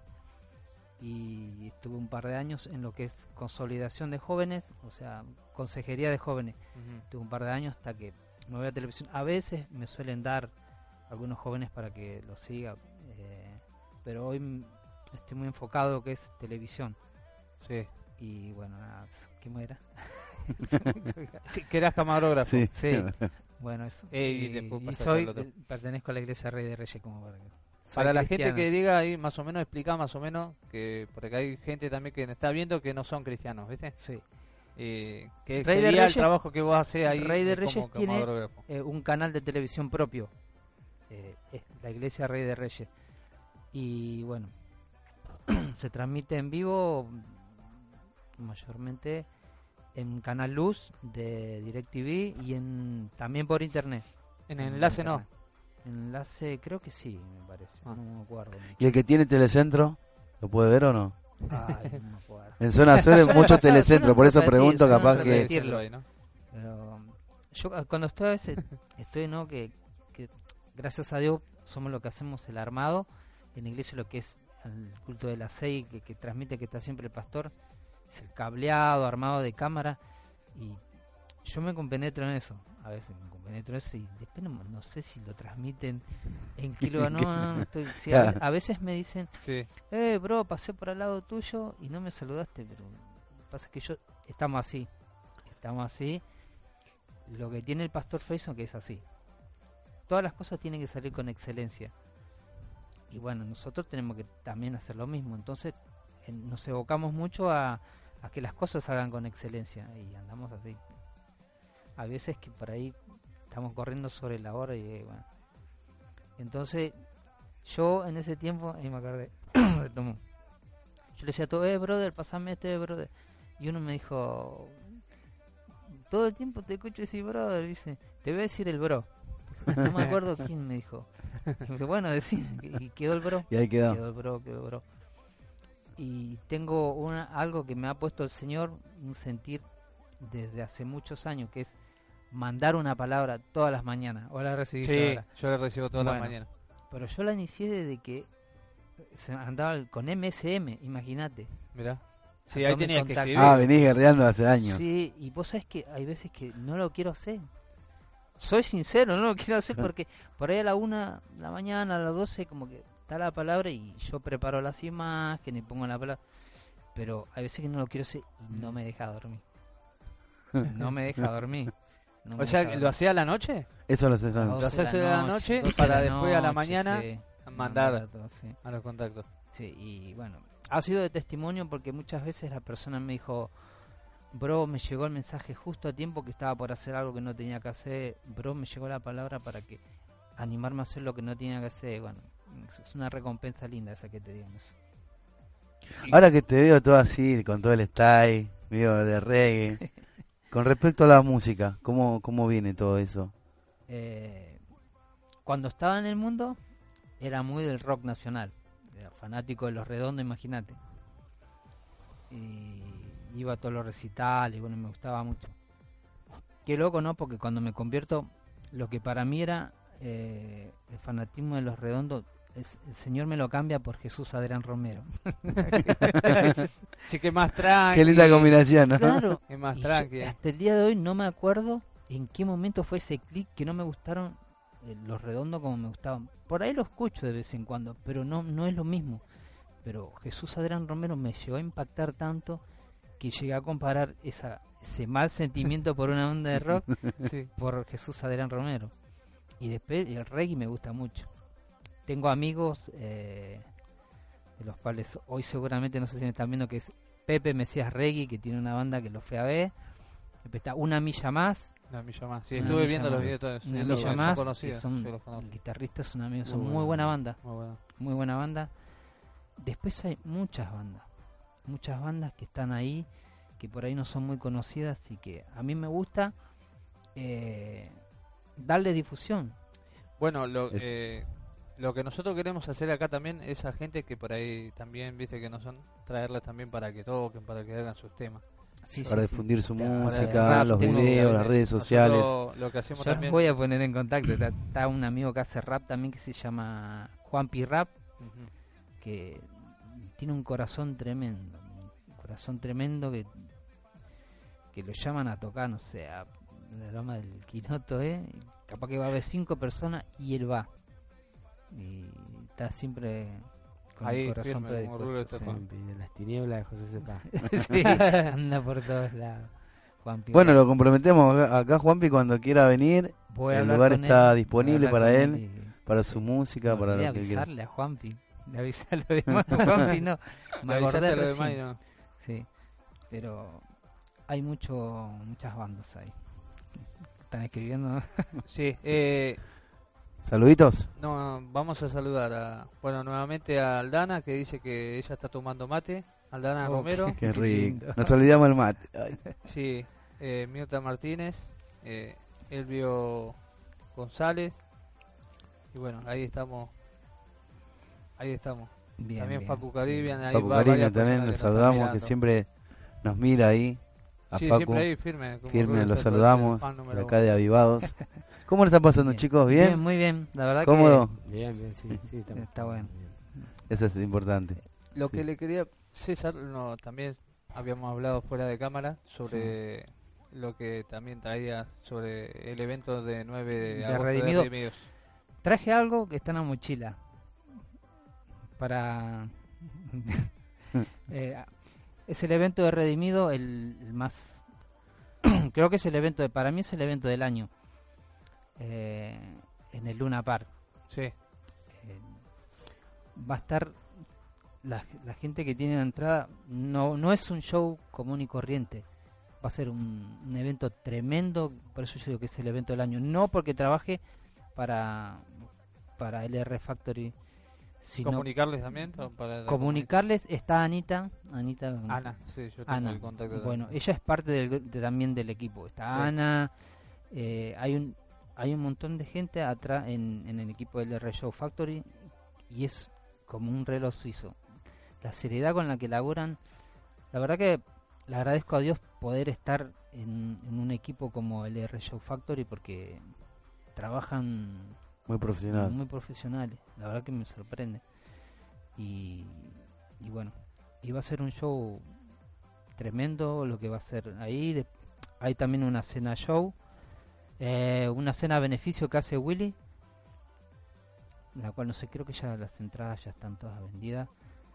Y estuve un par de años en lo que es consolidación de jóvenes, o sea, consejería de jóvenes. Ujú. Tuve un par de años hasta que me voy a televisión. A veces me suelen dar algunos jóvenes para que los siga, eh, pero hoy m- estoy muy enfocado en lo que es televisión. Sí. Y bueno, nada, ¿qué era? Sí, que eras camarógrafo. Sí. Sí, bueno, eso. Eh, y y, después y pasaste soy, al otro. pertenezco a la iglesia Rey de Reyes, como para que. soy Para la gente cristiano. que diga ahí, más o menos, explica más o menos, que porque hay gente también que está viendo que no son cristianos, ¿viste? Sí. Eh, que Rey de sería el Reyes- trabajo que vos haces ahí Rey de eh, como Reyes tiene- camarógrafo. Eh, un canal de televisión propio, eh, es la iglesia Rey de Reyes. Y bueno, se transmite en vivo mm, mayormente en Canal Luz de DirecTV y en también por internet. En el enlace no. internet. Enlace creo que sí, me parece, Ah. no me acuerdo. mucho. ¿Y el que tiene Telecentro? ¿Lo puede ver o no? Ay, no me acuerdo. En zona sur es Suele mucho pasar, Telecentro, suelen por eso repetir, pregunto, suelen capaz repetir. que... repetirlo. Ahí, ¿no? Pero yo ah, cuando estoy a veces, estoy, ¿no? Que, que gracias a Dios somos lo que hacemos el armado, en la iglesia lo que es el culto de la seis, que, que transmite que está siempre el pastor, es el cableado, armado de cámara, y yo me compenetro en eso, a veces me compenetro en eso y después no, no sé si lo transmiten en kilo, no, no, no, estoy, sí, a, ve- a veces me dicen, Sí. eh, bro, pasé por al lado tuyo y no me saludaste, pero pasa que yo, estamos así, estamos así. Lo que tiene el pastor Faison que es así. Todas las cosas tienen que salir con excelencia. Y bueno, nosotros tenemos que también hacer lo mismo. Entonces eh, nos evocamos mucho a, a que las cosas salgan con excelencia. Y andamos así. A veces que por ahí estamos corriendo sobre la hora y eh, bueno. Entonces yo en ese tiempo, ahí me acordé, retomo. Yo le decía a todo, eh, brother, pasame este, eh, brother. Y uno me dijo, todo el tiempo te escucho decir brother, dice, te voy a decir el bro. No me acuerdo quién me dijo. Y me dice, bueno, decir, y quedó el bro. Y ahí quedó. Quedó el bro, quedó el bro. Y tengo una, algo que me ha puesto el Señor, un sentir desde hace muchos años, que es mandar una palabra todas las mañanas. O la recibí yo Sí, ahora. yo le recibo todas las Bueno. mañanas. Pero yo la inicié desde que se andaba con M S M, imagínate. Mirá. Sí, Acá ahí me tenías que contacta. escribir. Ah, venís guerreando hace años. Sí, y vos sabés que hay veces que no lo quiero hacer. Soy sincero, no lo quiero hacer porque por ahí a la una de la mañana, a las doce, como que está la palabra y yo preparo las imágenes y pongo la palabra. Pero hay veces que no lo quiero hacer y no me deja dormir. No me deja dormir. No me O sea, deja ¿lo dormir. hacía a la noche? Eso lo haces A las antes. Lo doce haces a la noche doce para de la después a la noche, mañana sí. mandar Mandar todo, sí. a los contactos. Sí, y bueno, ha sido de testimonio porque muchas veces la persona me dijo, bro, me llegó el mensaje justo a tiempo que estaba por hacer algo que no tenía que hacer, bro, me llegó la palabra para que animarme a hacer lo que no tenía que hacer. Bueno, es es una recompensa linda esa que te digan eso. Ahora que te veo todo así, con todo el style, medio de reggae. Con respecto a la música, ¿cómo, cómo viene todo eso? Eh, cuando estaba en el mundo era muy del rock nacional, era fanático de Los Redondos, imagínate. Y iba a todos los recitales, y bueno, me gustaba mucho. Qué loco, ¿no? Porque cuando me convierto, lo que para mí era eh, el fanatismo de Los Redondos, es- el Señor me lo cambia por Jesús Adrián Romero. Sí, que más tranqui. Qué linda combinación, ¿no? Claro. Es más Y yo tranqui. hasta el día de hoy no me acuerdo en qué momento fue ese clic que no me gustaron eh, Los Redondos como me gustaban. Por ahí lo escucho de vez en cuando, pero no no es lo mismo. Pero Jesús Adrián Romero me llegó a impactar tanto que llegué a comparar esa, ese mal sentimiento por una onda de rock Sí. por Jesús Adrián Romero. Y después el reggae me gusta mucho. Tengo amigos eh, de los cuales hoy seguramente no sé si me están viendo, que es Pepe Mesías Reggae, que tiene una banda que lo fue a ver. Después está Una Milla Más, Una milla más. Sí, Una estuve milla viendo los más. videos todos. Una Sí, Milla son Más, conocidos, que son sí, los conozco. guitarristas, son amigos, son Muy muy bueno. buena banda, Muy bueno. muy buena banda. Después hay muchas bandas, muchas bandas que están ahí, que por ahí no son muy conocidas y que a mí me gusta eh, darle difusión. Bueno, lo, eh, lo que nosotros queremos hacer acá también es a gente que por ahí también, viste, que no son, traerlas también para que toquen, para que hagan sus temas. Sí, Para sí, sí. difundir su Para música, rap, los tengo- videos, las redes sociales. Nosotros lo que hacemos Yo los también. voy a poner en contacto. Está, está un amigo que hace rap también que se llama Juanpi Rap, Ujú. que tiene un corazón tremendo, un corazón tremendo que que lo llaman a tocar, no sé, a la Loma del Quinoto, ¿eh? Capaz que va a haber cinco personas y él va. Y está siempre con Ahí, el corazón firme, como Rulo predispuesto. está Sí. De las tinieblas de José Cepá. Sí, anda por todos lados. Juanpi Bueno, Rap. lo comprometemos acá, acá, Juanpi, cuando quiera venir, Voy a el hablar lugar con está él, disponible voy a hablar para con él, y- para su música, Me para olvidé lo que quiera. avisarle a Juanpi, de avisarle a los demás. Juanpi no, me Le avisaste acordé a los recién. demás y no. Sí, pero hay mucho muchas bandas ahí. Están escribiendo, ¿no? Sí, eh, Saluditos. no, vamos a saludar a, bueno, nuevamente a Aldana, que dice que ella está tomando mate. Aldana Oh, Romero. Qué Qué rico. lindo. Nos olvidamos el mate. Ay. Sí, eh, Mirta Martínez, eh, Elvio González. Y bueno, ahí estamos. Ahí estamos. Bien, También bien, Facu sí. Caribbean. ahí Facu va Karina varias también, personas nos que nos están saludamos, que mirando. siempre nos mira ahí. A Sí, Facu, siempre ahí firme. como firme, Rulo lo está todo el saludamos, fan número de acá uno. de Avivados. ¿Cómo le están pasando, Bien. chicos? ¿Bien? muy bien, la verdad ¿Cómodo? Bien, bien, sí, sí. estamos- Está bueno. bien. Eso es importante. Lo Sí. que le quería, César, no, también habíamos hablado fuera de cámara sobre lo que también traía sobre el evento de nueve de, De agosto Redimido. de Redimidos. que traje algo que está en la mochila para eh, es el evento de Redimido el, el más creo que es el evento de, para mí es el evento del año eh, en el Luna Park. Sí, Eh, va a estar la, la gente que tiene la entrada, no no es un show común y corriente, va a ser un, un evento tremendo, por eso yo digo que es el evento del año, no porque trabaje para para L R Factory, sino comunicarles también. o Para comunicarles. Está Anita, Anita, Ana, sí, yo tengo Ana. el contacto. Bueno, también. ella es parte del, gru- de- también del equipo. Está Sí. Ana, eh, hay un hay un montón de gente atrás en, en el equipo del R Show Factory y es como un reloj suizo. La seriedad con la que laburan, la verdad que le agradezco a Dios poder estar en, en un equipo como el R Show Factory porque trabajan Muy profesional. muy profesionales. La verdad que me sorprende. y, y bueno, y va a ser un show tremendo lo que va a ser ahí. De- hay también una cena show, eh, una cena a beneficio que hace Willy, la cual no sé, creo que ya las entradas ya están todas vendidas.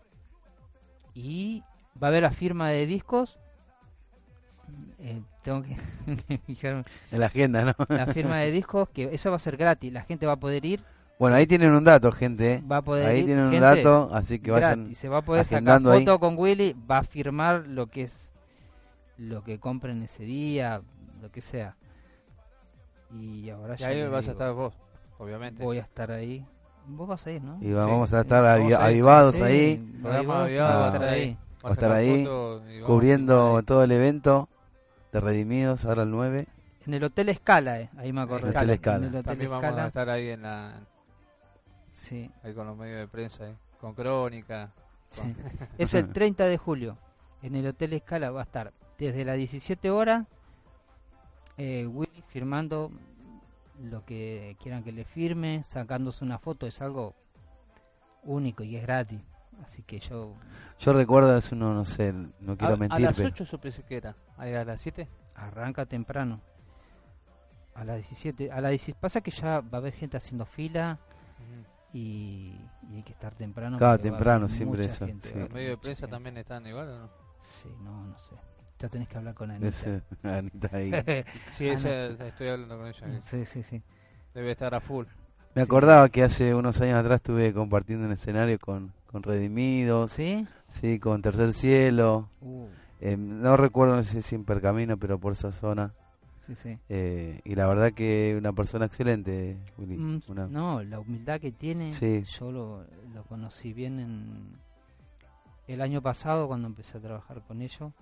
Y va a haber la firma de discos. Eh, tengo que fijarme. En la agenda, ¿no? La firma de discos, que eso va a ser gratis, la gente va a poder ir, Bueno, ahí tienen un dato, gente. ¿eh? va a poder Ahí ir, tienen un gente, dato, así que vayan. gratis, se va a poder sacar agendando ahí. foto con Willy, va a firmar lo que es lo que compren ese día, lo que sea. Y ahora Y ya ahí les vas a digo, estar vos, obviamente. voy a estar ahí. Vos vas a ir, ¿no? Y va- Sí, vamos a sí, estar vamos avi- a ir, avivados Sí, ahí, Programa ahí avivado, va va a a estar estar ahí. Va a estar sacar ahí, fotos y vamos a cubriendo filmar todo el evento de Redimidos, ahora el nueve. En el Hotel Escala, eh, ahí me acordé. El Hotel Escala. En el ahí. Hotel También vamos Escala, a estar ahí en la, sí, ahí con los medios de prensa, ahí, con Crónica. sí. Es el treinta de julio. En el Hotel Escala va a estar desde las diecisiete horas eh, Willy firmando lo que quieran que le firme, sacándose una foto. Es algo único y es gratis. Así que yo Yo recuerdo hace uno, no sé, no quiero a, mentir, a las pero ocho supe que era. Ahí a las siete. arranca temprano. A las diecisiete. A las diecisiete pasa que ya va a haber gente haciendo fila y, y hay que estar temprano. Claro, porque va a temprano, haber siempre mucha eso, gente, sí. va a ¿Los haber medios de mucha prensa gente. también están igual o no? Sí, no, no sé. Ya tenés que hablar con Anita. ese, Anita ahí. Sí, Ah, esa- estoy hablando con ella. Sí, sí, sí. Debe estar a full. Me Sí. acordaba que hace unos años atrás estuve compartiendo un escenario con, con Redimidos, ¿Sí? sí, con Tercer Cielo. Uh, Eh, no recuerdo, no sé si en Pergamino, pero por esa zona. sí, sí. Eh, y la verdad que una persona excelente, Willy. Mm, Una- No, la humildad que tiene, Sí. yo lo, lo conocí bien en el año pasado cuando empecé a trabajar con ellos,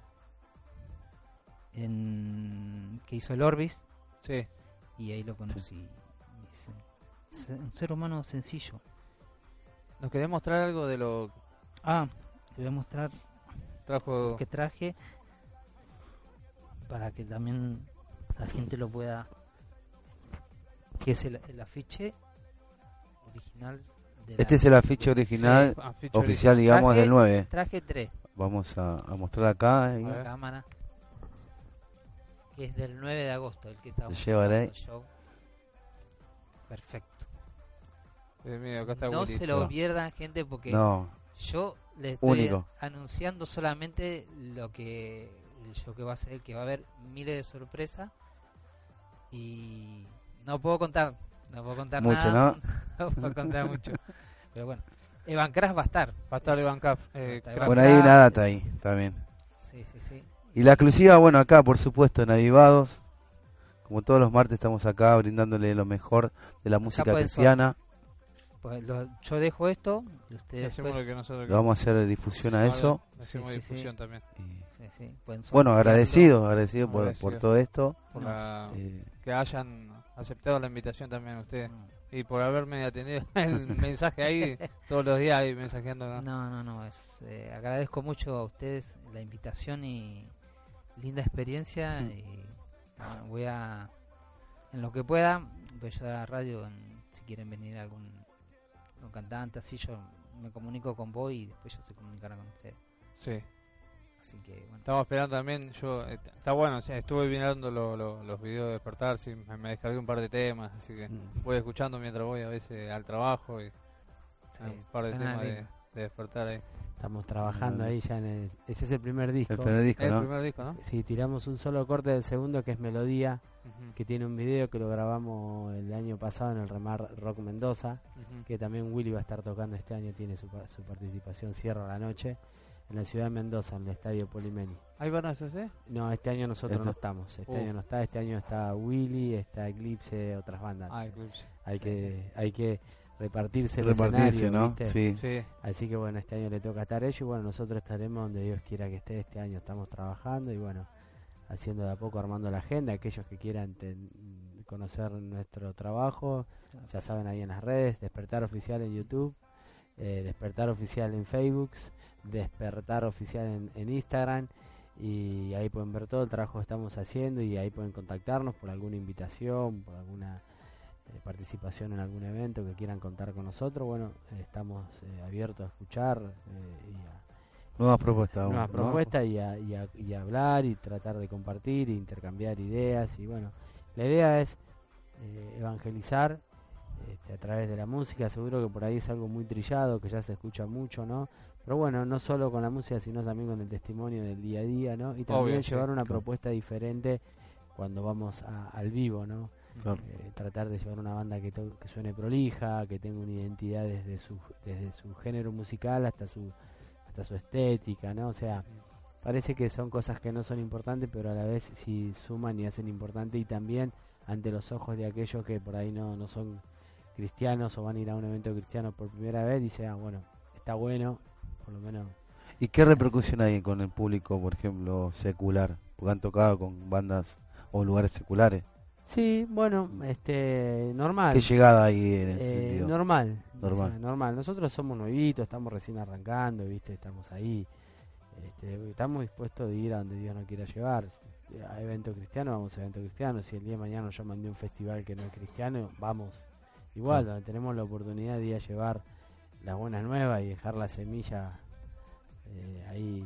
en que hizo el Orbis, Sí. y ahí lo conocí. Y se- se- un ser humano sencillo. ¿Nos querés mostrar algo de lo Ah, te voy a mostrar que trajo? que traje para que también la gente lo pueda, que es el, el afiche original de la- Este es el afiche original, Sí, afiche oficial, digamos, Traje- del nueve. traje tres. Vamos a, a mostrar acá. ahí. A La ver. cámara, que es del nueve de agosto, el que estamos Llevaré. hablando, el show. Perfecto. Eh, mira, acá está No Willy. se lo pierdan, gente, porque No, yo les estoy Único. anunciando solamente lo que el show que va a ser, que va a haber miles de sorpresas y no puedo contar, no puedo contar Mucho, nada, no puedo contar mucho, pero bueno, Evan Crash va a estar, Va a estar Iván Cap. Eh, Está crack. Iván. por ahí una data ahí también. sí, sí, sí, Y la exclusiva, bueno, acá, por supuesto, en Avivados. Como todos los martes estamos acá brindándole lo mejor de la música pueden cristiana. pues lo- yo dejo esto y Y ustedes hacemos después- lo que nosotros Le vamos a hacer difusión a eso. Hacemos Sí, sí, sí. difusión también. Y, sí, sí, pueden bueno, sortearlo. agradecido, agradecido por, Agradecido. por todo esto. Por la- Eh, que hayan aceptado la invitación también ustedes. Mm. Y por haberme atendido el mensaje ahí todos los días ahí mensajeando. ¿no? No, no, no, es, eh, agradezco mucho a ustedes la invitación y linda experiencia Mm. y bueno, voy a, en lo que pueda, voy a ayudar a la radio en- si quieren venir algún, algún cantante, así yo me comunico con vos y después ellos se comunicarán con ustedes. Sí. Así que bueno, Estamos esperando también. Yo eh, Está bueno, o sea, estuve mirando lo- lo- los videos de despertar. Sí, me, me descargué un par de temas. Así que Mm. voy escuchando mientras voy a veces al trabajo. Y sí, hay un par de suena temas de, lindo. de despertar ahí. Estamos trabajando Mm. ahí ya en el... Ese es el primer disco. el primer disco, El ¿no? primer disco, ¿no? Sí, tiramos un solo corte del segundo que es Melodía, Ujú, que tiene un video que lo grabamos el año pasado en el Remar Rock Mendoza, ujú. que también Willy va a estar tocando este año, tiene su, pa- su participación, cierra la noche, en la ciudad de Mendoza, en el Estadio Polimeni. ¿Ahí van a hacer? No, este año nosotros Este- no estamos, este Uh. año no está, este año está Willy, está Eclipse, otras bandas. Ah, Eclipse. hay que hay que repartirse el Repartirse, escenario, ¿no? ¿viste? Sí. Sí. Así que bueno, este año le toca estar ellos y bueno, nosotros estaremos donde Dios quiera que esté este año, estamos trabajando y bueno, haciendo de a poco, armando la agenda, aquellos que quieran ten- conocer nuestro trabajo, ya saben ahí en las redes, Despertar Oficial en YouTube, eh, Despertar Oficial en Facebook, Despertar Oficial en, en Instagram y ahí pueden ver todo el trabajo que estamos haciendo y ahí pueden contactarnos por alguna invitación, por alguna eh, participación en algún evento, que quieran contar con nosotros, bueno, eh, estamos eh, abiertos a escuchar eh, y a Nuevas propuestas. nuevas ¿no? propuestas y a, y, a, y a hablar y tratar de compartir e intercambiar ideas. Y bueno, la idea es eh, evangelizar este, a través de la música. Seguro que por ahí es algo muy trillado, que ya se escucha mucho, ¿no? Pero bueno, no solo con la música, sino también con el testimonio del día a día, ¿no? Y también Obvio, sí, llevar una claro. propuesta diferente cuando vamos a- al vivo, ¿no? Claro. Eh, tratar de llevar una banda que, to- que suene prolija, que tenga una identidad desde su, desde su género musical hasta su hasta su estética, ¿no? O sea, parece que son cosas que no son importantes, pero a la vez sí suman y hacen importante, y también ante los ojos de aquellos que por ahí no, no son cristianos o van a ir a un evento cristiano por primera vez, dice, ah, bueno, está bueno, por lo menos. ¿Y qué repercusión hay con el público, por ejemplo, secular? Porque han tocado con bandas o lugares seculares. Sí, bueno, este, normal. ¿Qué llegada hay en ese Eh, sentido? normal, Normal. o sea, normal. Nosotros somos nuevitos, estamos recién arrancando, ¿viste? Estamos ahí. Este, estamos dispuestos de ir a donde Dios nos quiera llevar. A evento cristiano, vamos a evento cristiano. Si el día de mañana nos llaman de un festival que no es cristiano, vamos igual, Claro. donde tenemos la oportunidad de ir a llevar las buenas nuevas y dejar la semilla eh, ahí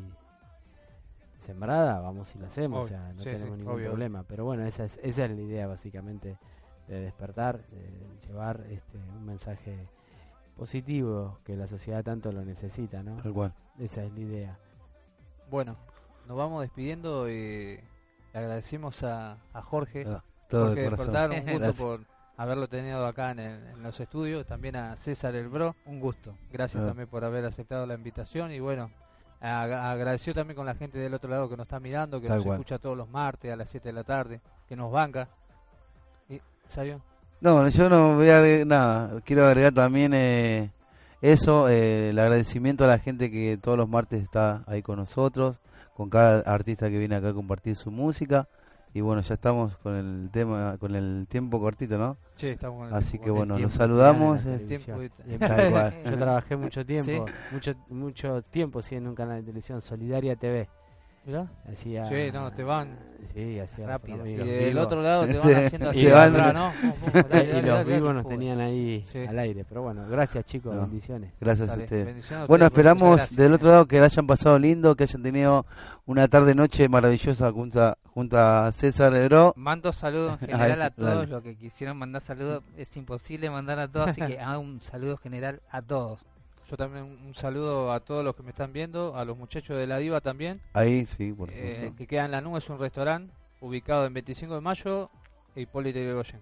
sembrada, vamos y lo hacemos, Obvio, o sea, no sí, tenemos sí, ningún obvio. problema. Pero bueno, esa es, esa es la idea básicamente, de despertar, de llevar este, un mensaje positivo que la sociedad tanto lo necesita, ¿no? Tal cual. Esa es la idea. Bueno, nos vamos despidiendo y le agradecemos a, a Jorge, Ah, todo Jorge de corazón. Despertar, un gusto Gracias. por haberlo tenido acá en, el- en los estudios, también a César el Bro, Un gusto. gracias Ah. también por haber aceptado la invitación y bueno, a- agradecido también con la gente del otro lado que nos está mirando, que Tal nos cual. escucha todos los martes a las siete de la tarde, que nos banca. ¿Y, Sabio? No, yo no voy a agregar nada. Quiero agregar también eh, eso, eh, el agradecimiento a la gente que todos los martes está ahí con nosotros, con cada artista que viene acá a compartir su música. Y bueno, ya estamos con el tema, con el tiempo cortito, ¿no? Sí, estamos con el Así tiempo que corto. bueno, tiempo los saludamos. que tiene eh, la El tiempo televisión. y- Tal cual. Yo trabajé mucho tiempo, Sí. mucho mucho tiempo sí, en un canal de televisión, Solidaria T V. Mirá. Hacía, Sí, no, te van Sí, hacía rápido. y Y los del vivos- otro lado te van Sí. haciendo así Y de van- atrás, ¿no? Pum, pum, dale, y dale, los dale, vivos dale, nos pum. tenían ahí Sí. al aire. Pero bueno, gracias chicos, No. bendiciones. Gracias a Dale, ustedes. bendiciones a Bueno, ustedes, muchas esperamos gracias. del otro lado que la hayan pasado lindo, que hayan tenido una tarde-noche maravillosa junto a, junto a César Ebro. Mando saludos en general a todos Dale. los que quisieron mandar saludos. Es imposible mandar a todos, así que hago un saludo general a todos. Yo también un, un saludo a todos los que me están viendo, a los muchachos de La Diva también, Ahí, sí, por eh, supuesto. que queda en La Nube, es un restaurante ubicado en veinticinco de mayo e Hipólito Yrigoyen.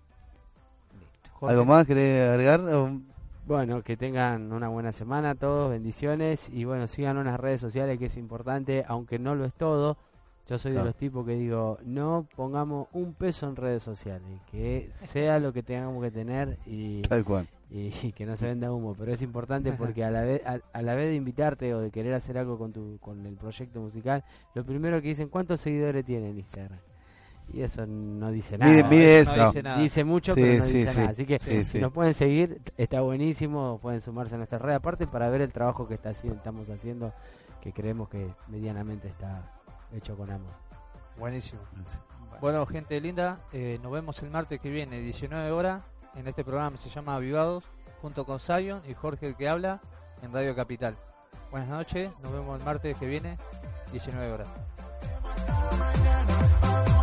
Jorge. ¿Algo más querés agregar? O- Bueno, que tengan una buena semana todos, bendiciones. Y bueno, sigan unas redes sociales, que es importante, aunque no lo es todo. Yo soy Claro. de los tipos que digo, no pongamos un peso en redes sociales, que sea lo que tengamos que tener y, Tal cual. y, y que no se venda humo. Pero es importante porque a la vez a, a la vez de invitarte o de querer hacer algo con tu con el proyecto musical, lo primero que dicen, ¿cuántos seguidores tiene en Instagram? Y eso no dice nada. Mide- mide no eso. dice nada. Dice mucho, Sí, pero no sí, dice sí. nada. Así que Sí, si sí. nos pueden seguir, está buenísimo. Pueden sumarse a nuestra red aparte para ver el trabajo que está haciendo, estamos haciendo, que creemos que medianamente está hecho con amor. Buenísimo. Bueno, gente linda, eh, nos vemos el martes que viene, diecinueve horas, en este programa se llama Avivados, junto con Zion y Jorge el que habla, en Radio Capital. Buenas noches, nos vemos el martes que viene, diecinueve horas. Mañana vamos